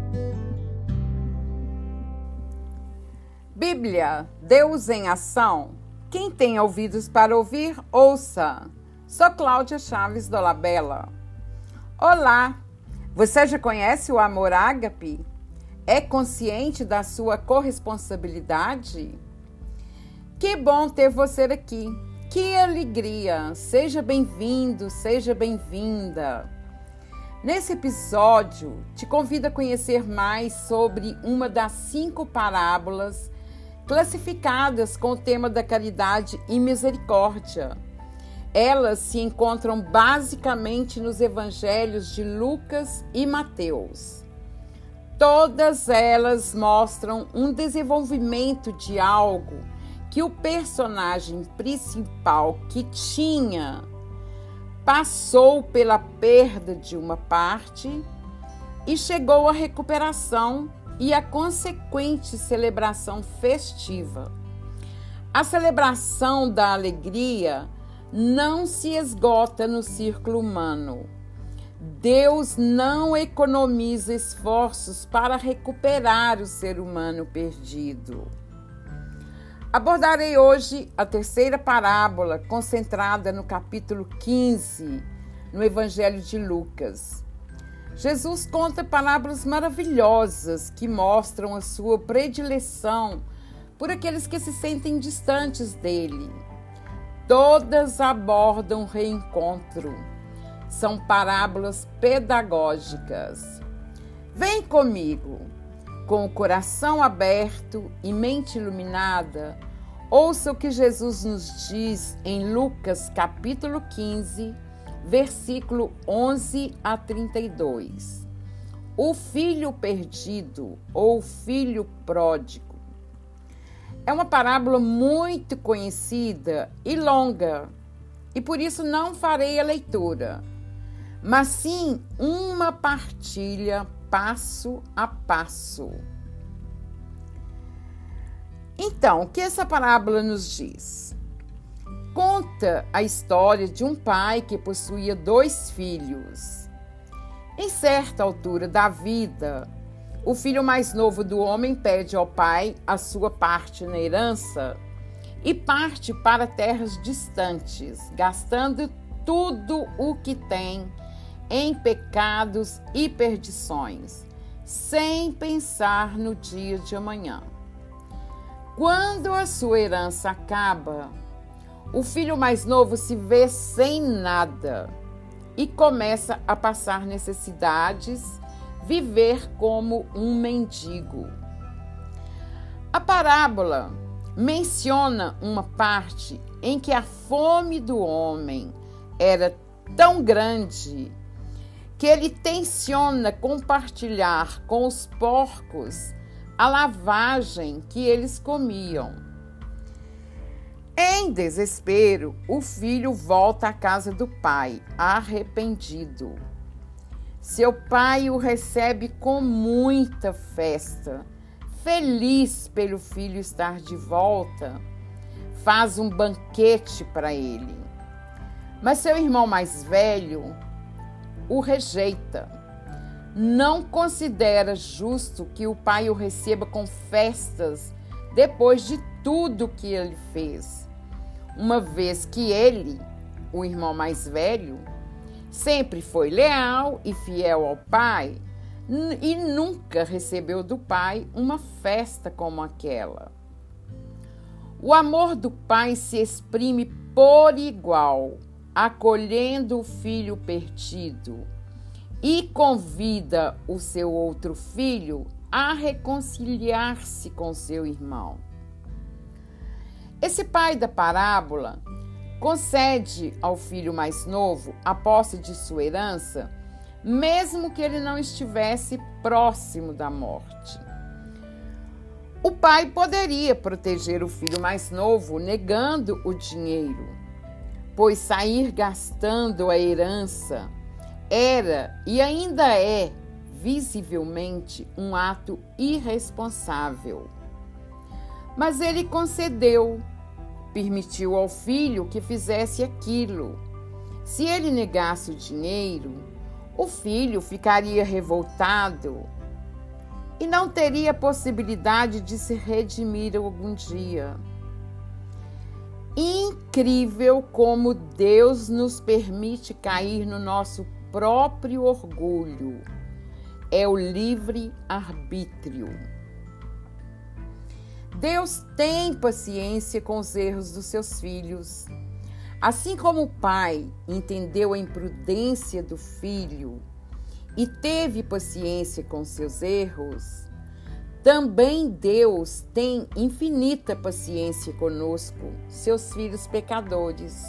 Bíblia, Deus em ação. Quem tem ouvidos para ouvir, ouça. Sou Cláudia Chaves Dolabella. Olá, você já conhece o amor ágape? É consciente da sua corresponsabilidade? Que bom ter você aqui. Que alegria! Seja bem-vindo, seja bem-vinda. Nesse episódio, te convido a conhecer mais sobre uma das 5 parábolas classificadas com o tema da caridade e misericórdia. Elas se encontram basicamente nos evangelhos de Lucas e Mateus. Todas elas mostram um desenvolvimento de algo que o personagem principal que tinha passou pela perda de uma parte e chegou à recuperação e a consequente celebração festiva. A celebração da alegria não se esgota no círculo humano. Deus não economiza esforços para recuperar o ser humano perdido. Abordarei hoje a 3ª parábola, concentrada no capítulo 15, no Evangelho de Lucas. Jesus conta parábolas maravilhosas que mostram a sua predileção por aqueles que se sentem distantes dele. Todas abordam reencontro. São parábolas pedagógicas. Vem comigo, com o coração aberto e mente iluminada, ouça o que Jesus nos diz em Lucas capítulo 15, versículo 11 a 32. O filho perdido ou filho pródigo. É uma parábola muito conhecida e longa, e por isso não farei a leitura, mas sim uma partilha passo a passo. Então, o que essa parábola nos diz? Conta a história de um pai que possuía 2 filhos. Em certa altura da vida, o filho mais novo do homem pede ao pai a sua parte na herança e parte para terras distantes, gastando tudo o que tem em pecados e perdições, sem pensar no dia de amanhã. Quando a sua herança acaba, o filho mais novo se vê sem nada e começa a passar necessidades, viver como um mendigo. A parábola menciona uma parte em que a fome do homem era tão grande que ele tenciona compartilhar com os porcos a lavagem que eles comiam. Em desespero, o filho volta à casa do pai, arrependido. Seu pai o recebe com muita festa, feliz pelo filho estar de volta, faz um banquete para ele. Mas seu irmão mais velho o rejeita. Não considera justo que o pai o receba com festas depois de tudo que ele fez, uma vez que ele, o irmão mais velho, sempre foi leal e fiel ao pai e nunca recebeu do pai uma festa como aquela. O amor do pai se exprime por igual, acolhendo o filho perdido e convida o seu outro filho a reconciliar-se com seu irmão. Esse pai da parábola concede ao filho mais novo a posse de sua herança, mesmo que ele não estivesse próximo da morte. O pai poderia proteger o filho mais novo negando o dinheiro, pois sair gastando a herança era e ainda é visivelmente um ato irresponsável. Mas ele concedeu, permitiu ao filho que fizesse aquilo. Se ele negasse o dinheiro, o filho ficaria revoltado e não teria possibilidade de se redimir algum dia. Incrível como Deus nos permite cair no nosso próprio orgulho. É o livre-arbítrio. Deus tem paciência com os erros dos seus filhos. Assim como o pai entendeu a imprudência do filho e teve paciência com seus erros, também Deus tem infinita paciência conosco, seus filhos pecadores.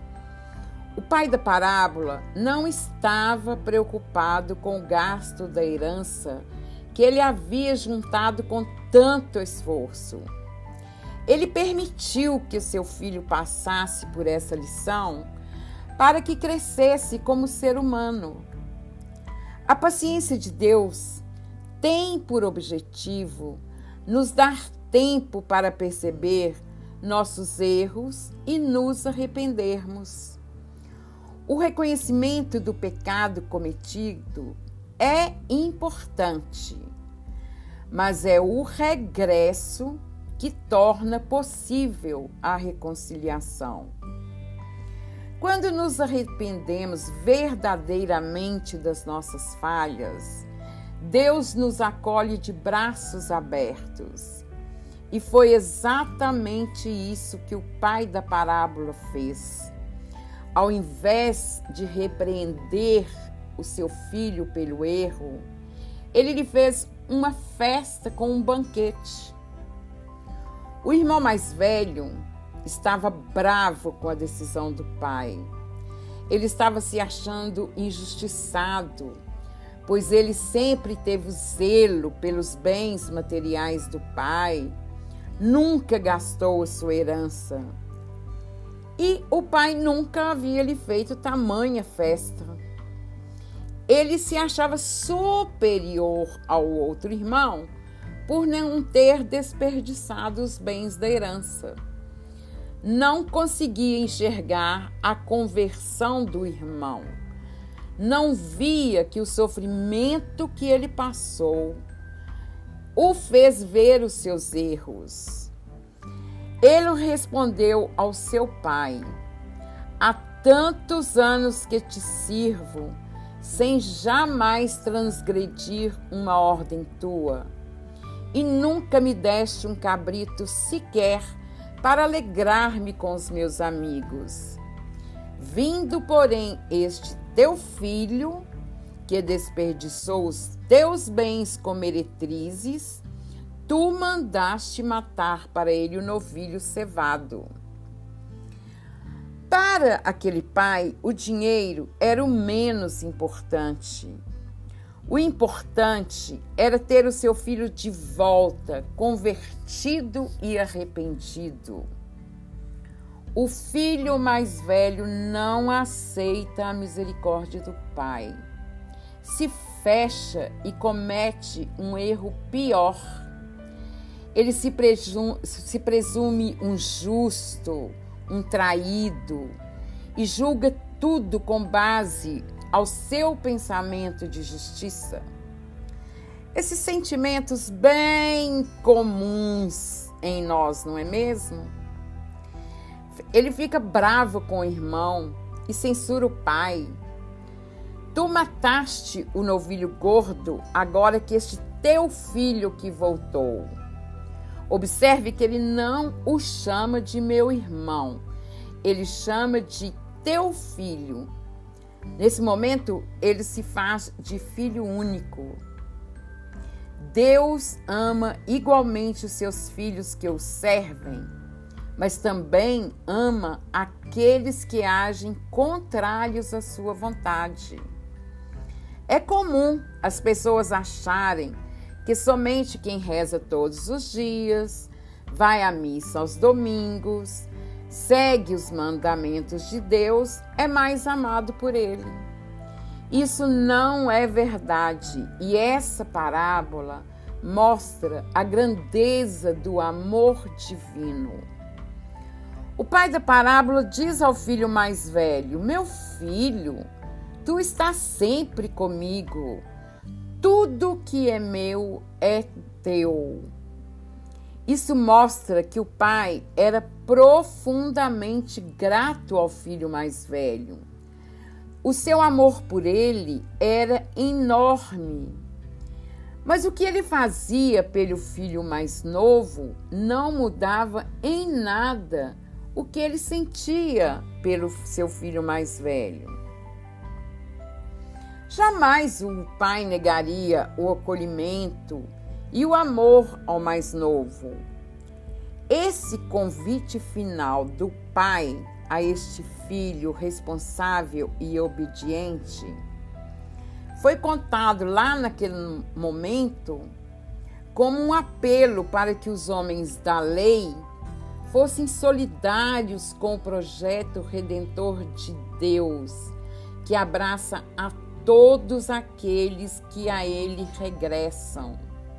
O pai da parábola não estava preocupado com o gasto da herança que ele havia juntado com tanto esforço. Ele permitiu que seu filho passasse por essa lição para que crescesse como ser humano. A paciência de Deus tem por objetivo nos dar tempo para perceber nossos erros e nos arrependermos. O reconhecimento do pecado cometido é importante, mas é o regresso que torna possível a reconciliação. Quando nos arrependemos verdadeiramente das nossas falhas, Deus nos acolhe de braços abertos. E foi exatamente isso que o pai da parábola fez. Ao invés de repreender o seu filho pelo erro, ele lhe fez uma festa com um banquete. O irmão mais velho estava bravo com a decisão do pai. Ele estava se achando injustiçado, pois ele sempre teve zelo pelos bens materiais do pai, nunca gastou a sua herança. E o pai nunca havia lhe feito tamanha festa. Ele se achava superior ao outro irmão por não ter desperdiçado os bens da herança. Não conseguia enxergar a conversão do irmão. Não via que o sofrimento que ele passou o fez ver os seus erros. Ele respondeu ao seu pai: há tantos anos que te sirvo, sem jamais transgredir uma ordem tua, e nunca me deste um cabrito sequer para alegrar-me com os meus amigos. Vindo, porém, este teu filho, que desperdiçou os teus bens com meretrizes, tu mandaste matar para ele o novilho cevado. Para aquele pai, o dinheiro era o menos importante. O importante era ter o seu filho de volta, convertido e arrependido. O filho mais velho não aceita a misericórdia do pai. Se fecha e comete um erro pior. Ele se presume um justo, um traído, e julga tudo com base ao seu pensamento de justiça. Esses sentimentos bem comuns em nós, não é mesmo? Ele fica bravo com o irmão e censura o pai. Tu mataste o novilho gordo, agora que este teu filho que voltou. Observe que ele não o chama de meu irmão, ele chama de teu filho. Nesse momento, ele se faz de filho único. Deus ama igualmente os seus filhos que o servem, mas também ama aqueles que agem contrários à sua vontade. É comum as pessoas acharem que somente quem reza todos os dias, vai à missa aos domingos, segue os mandamentos de Deus, é mais amado por Ele. Isso não é verdade, e essa parábola mostra a grandeza do amor divino. O pai da parábola diz ao filho mais velho: meu filho, tu estás sempre comigo. tudo que é meu é teu. Isso mostra que o pai era profundamente grato ao filho mais velho. O seu amor por ele era enorme. Mas o que ele fazia pelo filho mais novo não mudava em nada o que ele sentia pelo seu filho mais velho. Jamais o pai negaria o acolhimento e o amor ao mais novo. Esse convite final do pai a este filho responsável e obediente foi contado lá naquele momento como um apelo para que os homens da lei fossem solidários com o projeto redentor de Deus, que abraça a todos aqueles que a ele regressam.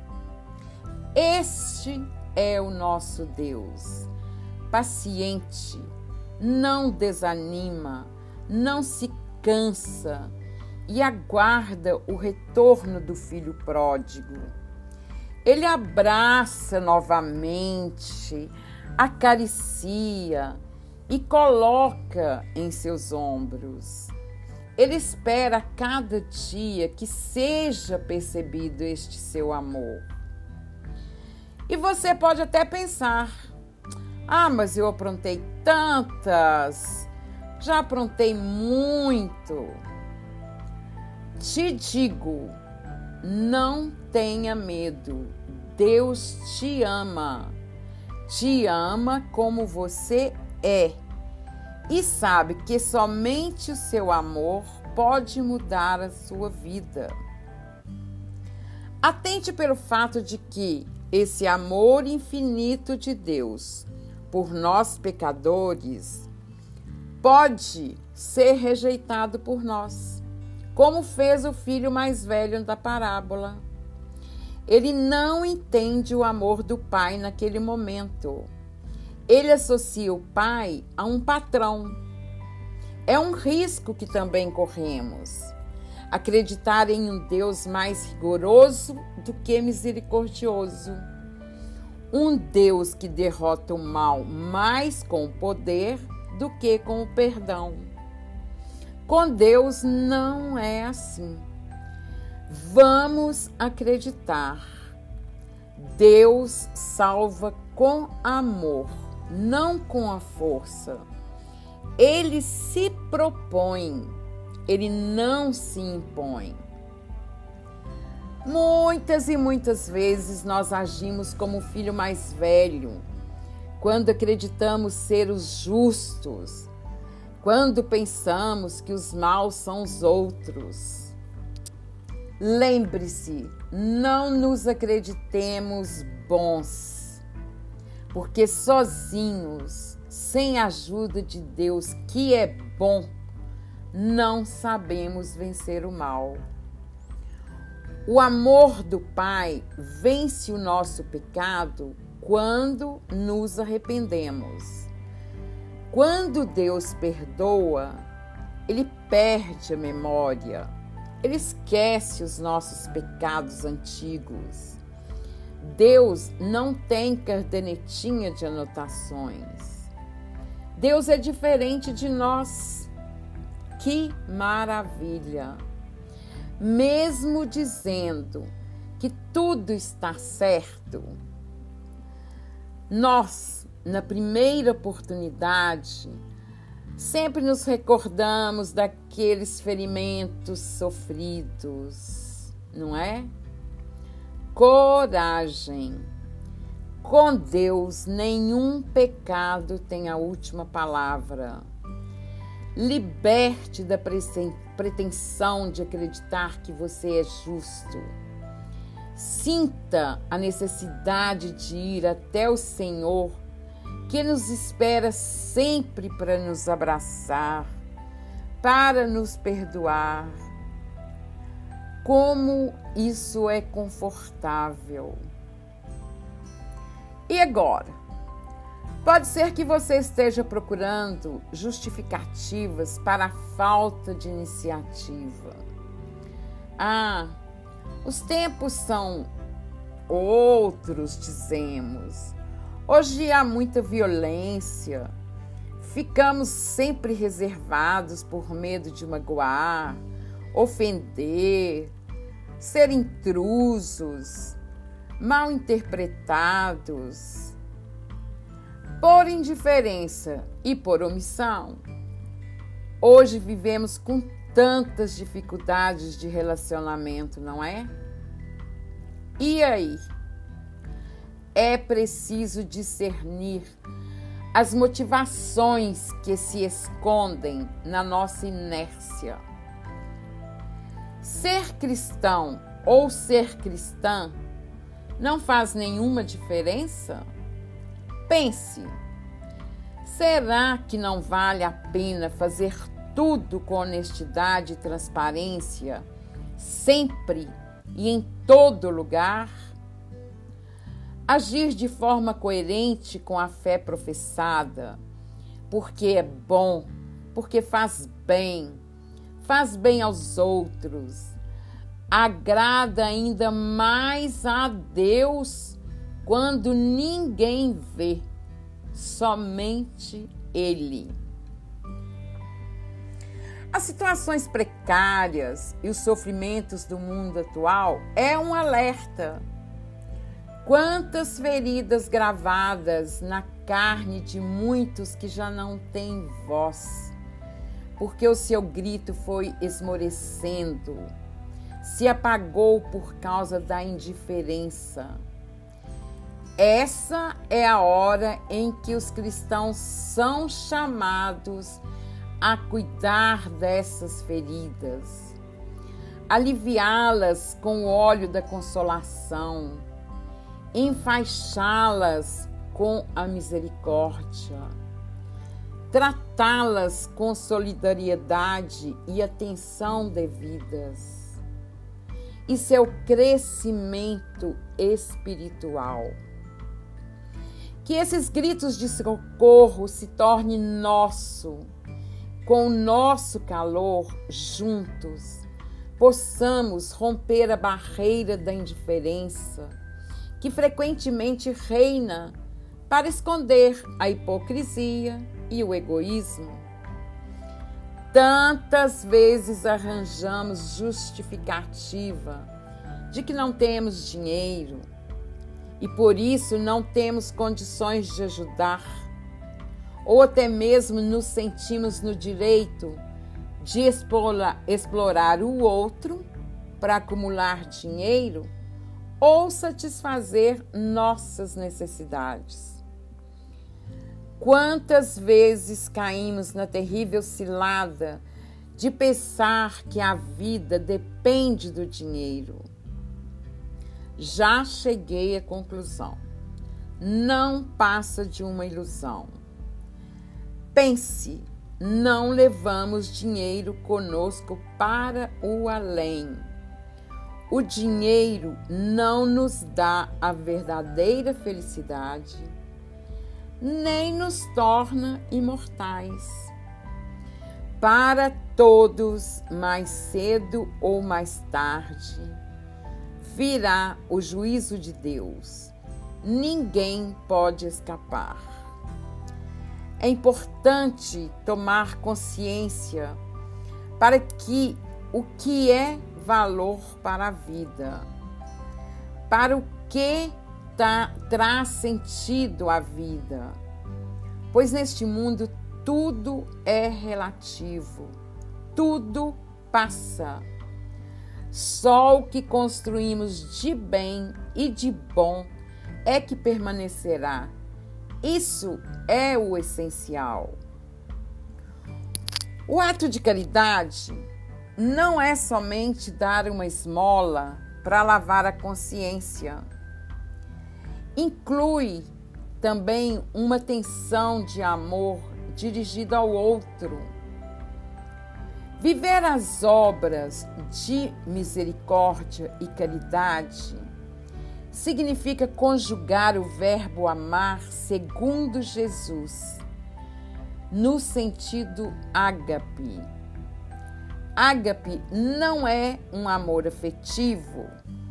Este é o nosso Deus, paciente, não desanima, não se cansa e aguarda o retorno do filho pródigo. Ele abraça novamente, acaricia e coloca em seus ombros. Ele espera a cada dia que seja percebido este seu amor. E você pode até pensar: mas eu aprontei tantas, já aprontei muito. Te digo, não tenha medo, Deus te ama como você é e sabe que somente o seu amor pode mudar a sua vida. Atente pelo fato de que esse amor infinito de Deus por nós pecadores pode ser rejeitado por nós, como fez o filho mais velho da parábola. Ele não entende o amor do pai naquele momento. Ele associa o pai a um patrão. É um risco que também corremos. Acreditar em um Deus mais rigoroso do que misericordioso. Um Deus que derrota o mal mais com o poder do que com o perdão. Com Deus não é assim. Vamos acreditar. Deus salva com amor, não com a força. Ele se propõe, ele não se impõe. Muitas e muitas vezes nós agimos como o filho mais velho, quando acreditamos ser os justos, quando pensamos que os maus são os outros. Lembre-se, não nos acreditemos bons, porque sozinhos, sem a ajuda de Deus, que é bom, não sabemos vencer o mal. O amor do Pai vence o nosso pecado quando nos arrependemos. Quando Deus perdoa, Ele perde a memória, Ele esquece os nossos pecados antigos. Deus não tem cadernetinha de anotações. Deus é diferente de nós. Que maravilha! Mesmo dizendo que tudo está certo, nós, na primeira oportunidade, sempre nos recordamos daqueles ferimentos sofridos, não é? Coragem! Com Deus, nenhum pecado tem a última palavra. Liberte da pretensão de acreditar que você é justo. Sinta a necessidade de ir até o Senhor, que nos espera sempre para nos abraçar, para nos perdoar. Como isso é confortável. E agora? Pode ser que você esteja procurando justificativas para a falta de iniciativa. Os tempos são outros, dizemos. Hoje há muita violência. Ficamos sempre reservados por medo de magoar, ofender, ser intrusos, mal interpretados, por indiferença e por omissão. Hoje vivemos com tantas dificuldades de relacionamento, não é? E aí? É preciso discernir as motivações que se escondem na nossa inércia. Ser cristão ou ser cristã não faz nenhuma diferença? Pense, será que não vale a pena fazer tudo com honestidade e transparência, sempre e em todo lugar? Agir de forma coerente com a fé professada, porque é bom, porque faz bem aos outros, agrada ainda mais a Deus quando ninguém vê, somente Ele. As situações precárias e os sofrimentos do mundo atual é um alerta. Quantas feridas gravadas na carne de muitos que já não têm voz, porque o seu grito foi esmorecendo, se apagou por causa da indiferença. Essa é a hora em que os cristãos são chamados a cuidar dessas feridas, aliviá-las com o óleo da consolação, enfaixá-las com a misericórdia, tratá-las com solidariedade e atenção devidas, e seu crescimento espiritual. Que esses gritos de socorro se tornem nosso, com o nosso calor, juntos, possamos romper a barreira da indiferença, que frequentemente reina para esconder a hipocrisia e o egoísmo. Tantas vezes arranjamos justificativa de que não temos dinheiro e por isso não temos condições de ajudar, ou até mesmo nos sentimos no direito de explorar o outro para acumular dinheiro ou satisfazer nossas necessidades. Quantas vezes caímos na terrível cilada de pensar que a vida depende do dinheiro? Já cheguei à conclusão. Não passa de uma ilusão. Pense, não levamos dinheiro conosco para o além. O dinheiro não nos dá a verdadeira felicidade, nem nos torna imortais. Para todos, mais cedo ou mais tarde, virá o juízo de Deus. Ninguém pode escapar. É importante tomar consciência para que o que é valor para a vida, para o que traz sentido à vida, pois neste mundo tudo é relativo, tudo passa. Só o que construímos de bem e de bom é que permanecerá. Isso é o essencial. O ato de caridade não é somente dar uma esmola para lavar a consciência. Inclui também uma atenção de amor dirigida ao outro. Viver as obras de misericórdia e caridade significa conjugar o verbo amar segundo Jesus, no sentido ágape. Ágape não é um amor afetivo,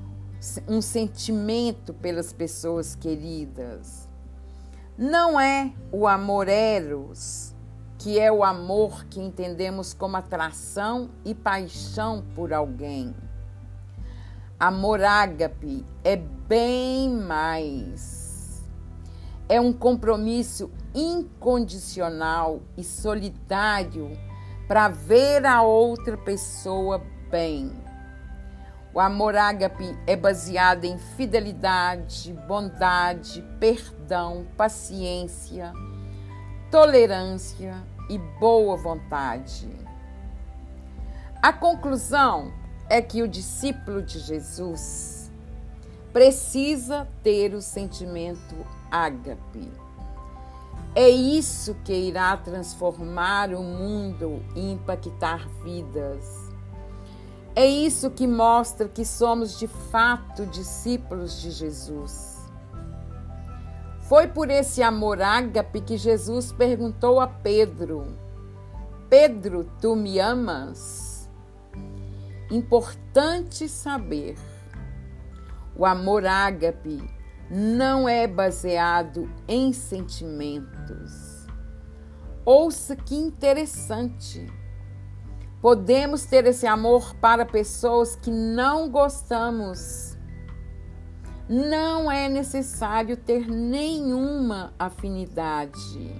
um sentimento pelas pessoas queridas. Não é o amor eros, que é o amor que entendemos como atração e paixão por alguém. Amor ágape é bem mais. É um compromisso incondicional e solidário para ver a outra pessoa bem. O amor ágape é baseado em fidelidade, bondade, perdão, paciência, tolerância e boa vontade. A conclusão é que o discípulo de Jesus precisa ter o sentimento ágape. É isso que irá transformar o mundo e impactar vidas. É isso que mostra que somos de fato discípulos de Jesus. Foi por esse amor ágape que Jesus perguntou a Pedro: Pedro, tu me amas? Importante saber, o amor ágape não é baseado em sentimentos. Ouça que interessante. Podemos ter esse amor para pessoas que não gostamos. Não é necessário ter nenhuma afinidade.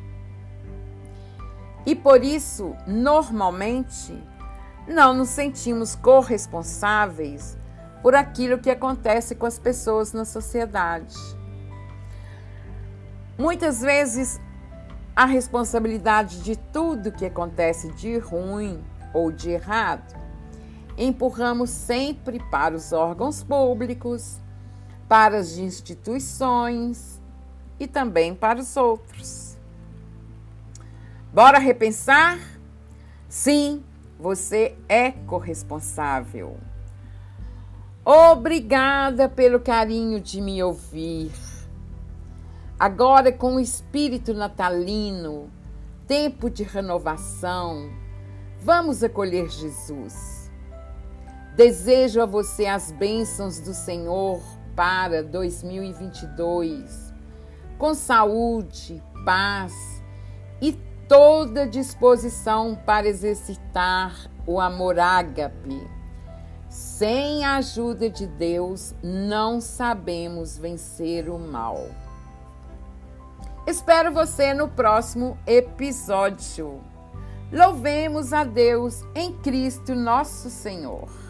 E por isso, normalmente, não nos sentimos corresponsáveis por aquilo que acontece com as pessoas na sociedade. Muitas vezes, a responsabilidade de tudo que acontece de ruim ou de errado, empurramos sempre para os órgãos públicos, para as instituições e também para os outros. Bora repensar? Sim, você é corresponsável. Obrigada pelo carinho de me ouvir. Agora, com o espírito natalino, tempo de renovação, vamos acolher Jesus. Desejo a você as bênçãos do Senhor para 2022, com saúde, paz e toda disposição para exercitar o amor ágape. Sem a ajuda de Deus, não sabemos vencer o mal. Espero você no próximo episódio. Louvemos a Deus em Cristo nosso Senhor.